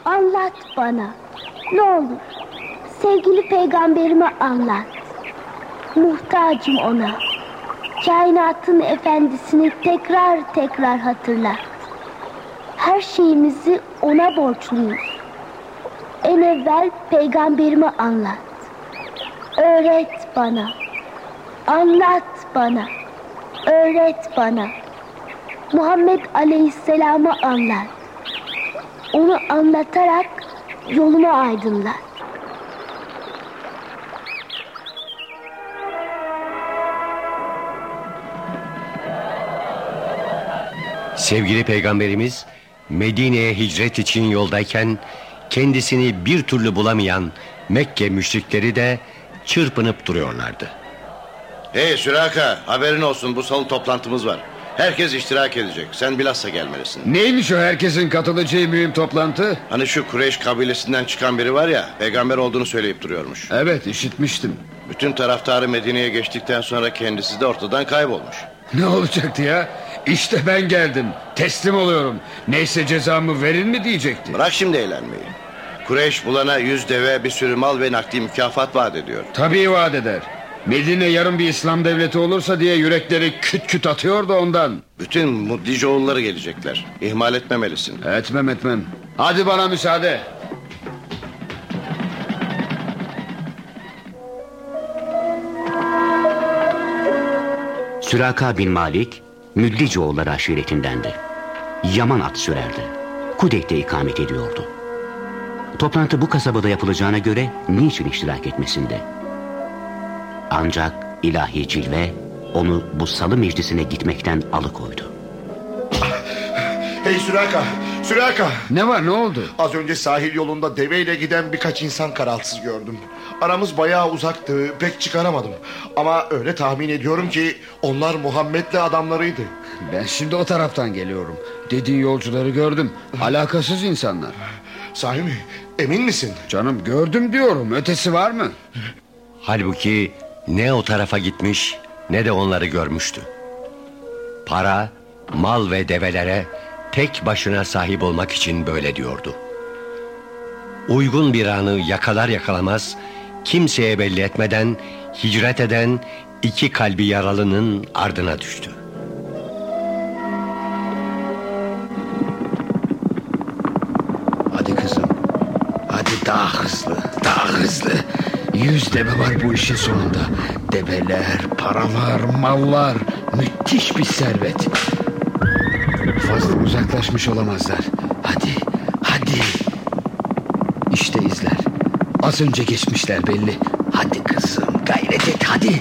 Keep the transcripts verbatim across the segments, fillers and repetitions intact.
Anlat bana. Ne olur. Sevgili peygamberime anlat. Muhtacım ona. Kainatın efendisini tekrar tekrar hatırlat. Her şeyimizi ona borçluyuz. En evvel peygamberime anlat. Öğret bana. Anlat bana. Öğret bana. Muhammed Aleyhisselam'ı anlat. Onu anlatarak yolumu aydınlat. Sevgili peygamberimiz Medine'ye hicret için yoldayken kendisini bir türlü bulamayan Mekke müşrikleri de çırpınıp duruyorlardı. Hey Süraka, haberin olsun, bu salı toplantımız var. Herkes iştirak edecek. Sen bilhassa gelmelisin. Neymiş o herkesin katılacağı mühim toplantı? Hani şu Kureyş kabilesinden çıkan biri var ya, peygamber olduğunu söyleyip duruyormuş. Evet, işitmiştim. Bütün taraftarı Medine'ye geçtikten sonra kendisi de ortadan kaybolmuş. Ne olacaktı ya? İşte ben geldim. Teslim oluyorum. Neyse cezamı verin mi diyecekti. Bırak şimdi eğlenmeyi. Kureyş bulana yüz deve, bir sürü mal ve nakdi mükafat vaat ediyor. Tabii vaat eder. Medine yarın bir İslam devleti olursa diye yürekleri küt küt atıyor da ondan. Bütün Muddice oğulları gelecekler. İhmal etmemelisin. Etmem etmem. Hadi bana müsaade. Süraka bin Malik Müddicoğulları aşiretindendi. Yaman at sürerdi. Kudeyk'te ikamet ediyordu. Toplantı bu kasabada yapılacağına göre niçin iştirak etmesinde? Ancak ilahi cilve onu bu salı meclisine gitmekten alıkoydu. Hey Süraka, Süraka! Ne var, ne oldu? Az önce sahil yolunda deveyle giden birkaç insan karalsız gördüm. Aramız bayağı uzaktı, pek çıkaramadım. Ama öyle tahmin ediyorum ki onlar Muhammed'le adamlarıydı. Ben şimdi o taraftan geliyorum. Dediğin yolcuları gördüm. Alakasız insanlar. Sahi mi? Emin misin? Canım, gördüm diyorum. Ötesi var mı? Halbuki ne o tarafa gitmiş ne de onları görmüştü. Para, mal ve develere tek başına sahip olmak için böyle diyordu. Uygun bir anı yakalar yakalamaz kimseye belli etmeden hicret eden iki kalbi yaralının ardına düştü. Hadi kızım, hadi daha hızlı, daha hızlı. Yüz deve var bu işin sonunda. Develer, paralar, mallar, müthiş bir servet. Fazla uzaklaşmış olamazlar. Hadi, hadi. İşte izler. Az önce geçmişler belli. Hadi kızım, gayret et, hadi.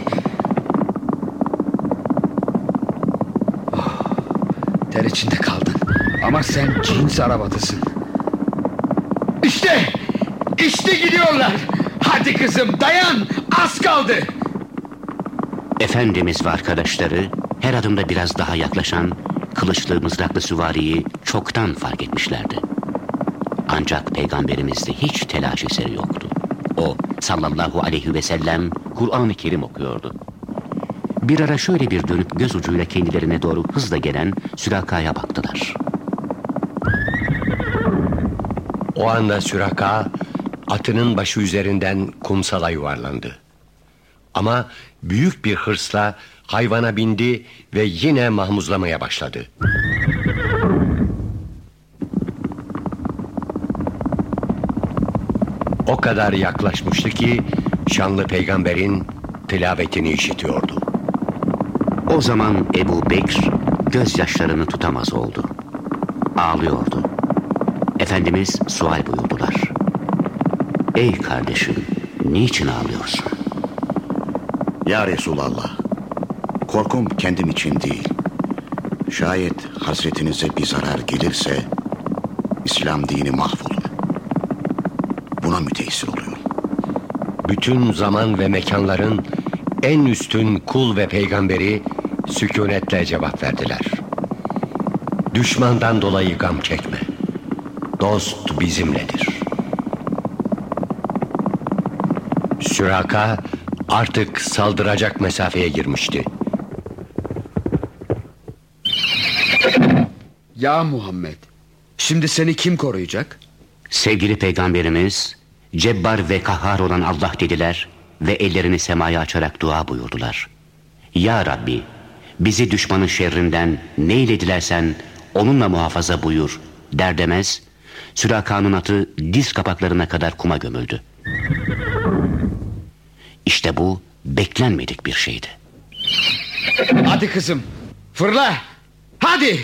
Oh, ter içinde kaldın. Ama sen cins arabadasın. İşte, işte gidiyorlar. Hadi kızım, dayan, az kaldı. Efendimiz ve arkadaşları her adımda biraz daha yaklaşan kılıçlı mızraklı süvariyi çoktan fark etmişlerdi. Ancak peygamberimizde hiç telaş eseri yoktu. O sallallahu aleyhi ve sellem Kur'an-ı Kerim okuyordu. Bir ara şöyle bir dönüp göz ucuyla kendilerine doğru hızla gelen Süraka'ya baktılar. O anda Süraka atının başı üzerinden kumsala yuvarlandı. Ama büyük bir hırsla hayvana bindi ve yine mahmuzlamaya başladı. O kadar yaklaşmıştı ki şanlı peygamberin tilavetini işitiyordu. O zaman Ebu Bekr gözyaşlarını tutamaz oldu. Ağlıyordu. Efendimiz sual buyurdular. Ey kardeşim, niçin ağlıyorsun? Ya Resulallah, korkum kendim için değil. Şayet hazretinize bir zarar gelirse İslam dini mahvolur. Buna müteessir oluyorum. Bütün zaman ve mekanların en üstün kul ve peygamberi sükunetle cevap verdiler. Düşmandan dolayı gam çekme. Dost bizimledir. Süraka artık saldıracak mesafeye girmişti. Ya Muhammed, şimdi seni kim koruyacak? Sevgili Peygamberimiz, Cebbar ve Kahhar olan Allah dediler ve ellerini semaya açarak dua buyurdular. Ya Rabbi, bizi düşmanın şerrinden neyle dilersen onunla muhafaza buyur der demez, Süraka'nın atı diz kapaklarına kadar kuma gömüldü. İşte bu beklenmedik bir şeydi. Hadi kızım, fırla. Hadi.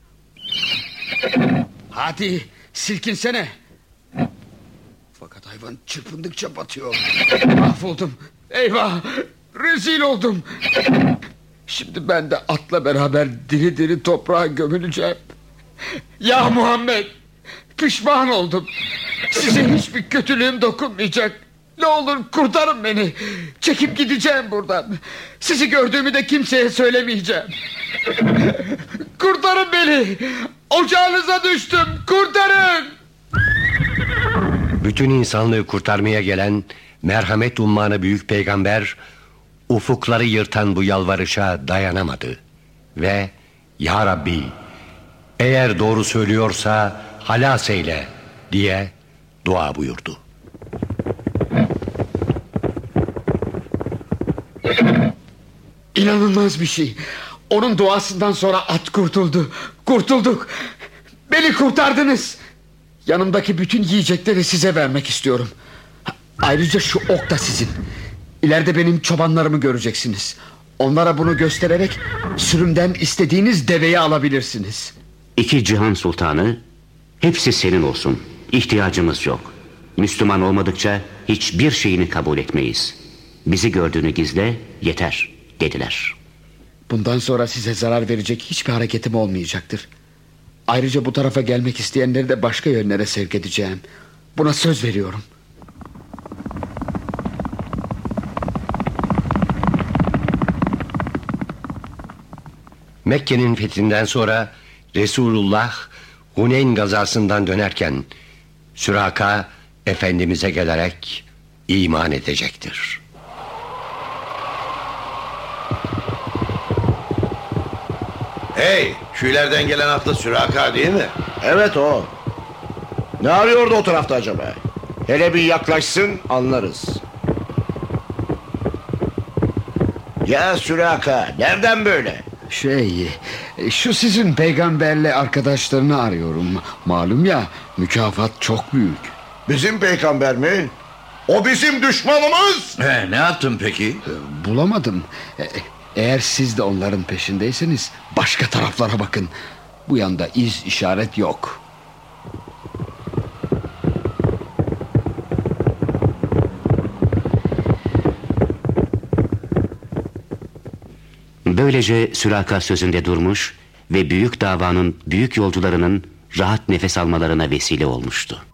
Hadi silkinsene. Fakat hayvan çırpındıkça batıyor. Mahvoldum. Eyvah, rezil oldum. Şimdi ben de atla beraber diri diri toprağa gömüleceğim. Ya Muhammed, pişman oldum. Size hiçbir kötülüğüm dokunmayacak. Ne olur kurtarın beni. Çekip gideceğim buradan. Sizi gördüğümü de kimseye söylemeyeceğim. Kurtarın beni. Ocağınıza düştüm. Kurtarın. Bütün insanlığı kurtarmaya gelen merhamet ummanı büyük peygamber ufukları yırtan bu yalvarışa dayanamadı ve Ya Rabbi, eğer doğru söylüyorsa halas eyle diye dua buyurdu. İnanılmaz bir şey. Onun duasından sonra at kurtuldu. Kurtulduk. Beni kurtardınız. Yanımdaki bütün yiyecekleri size vermek istiyorum. Ayrıca şu ok da sizin. İleride benim çobanlarımı göreceksiniz. Onlara bunu göstererek sürümden istediğiniz deveyi alabilirsiniz. İki cihan sultanı, hepsi senin olsun. İhtiyacımız yok. Müslüman olmadıkça hiçbir şeyini kabul etmeyiz. Bizi gördüğünü gizle, yeter dediler. Bundan sonra size zarar verecek hiçbir hareketim olmayacaktır. Ayrıca bu tarafa gelmek isteyenleri de başka yönlere sevk edeceğim. Buna söz veriyorum. Mekke'nin fethinden sonra Resulullah Huneyn gazasından dönerken Süraka Efendimiz'e gelerek iman edecektir. Hey, şu ileriden gelen atlı Süraka değil mi? Evet o. Ne arıyordu o tarafta acaba? Hele bir yaklaşsın anlarız. Ya Süraka, nereden böyle? Şey, şu sizin peygamberle arkadaşlarını arıyorum. Malum ya, mükafat çok büyük. Bizim peygamber mi? O bizim düşmanımız. He, ne yaptın peki? Bulamadım. Eğer siz de onların peşindeyseniz başka taraflara bakın. Bu yanda iz işaret yok. Böylece Süraka sözünde durmuş ve büyük davanın büyük yolcularının rahat nefes almalarına vesile olmuştu.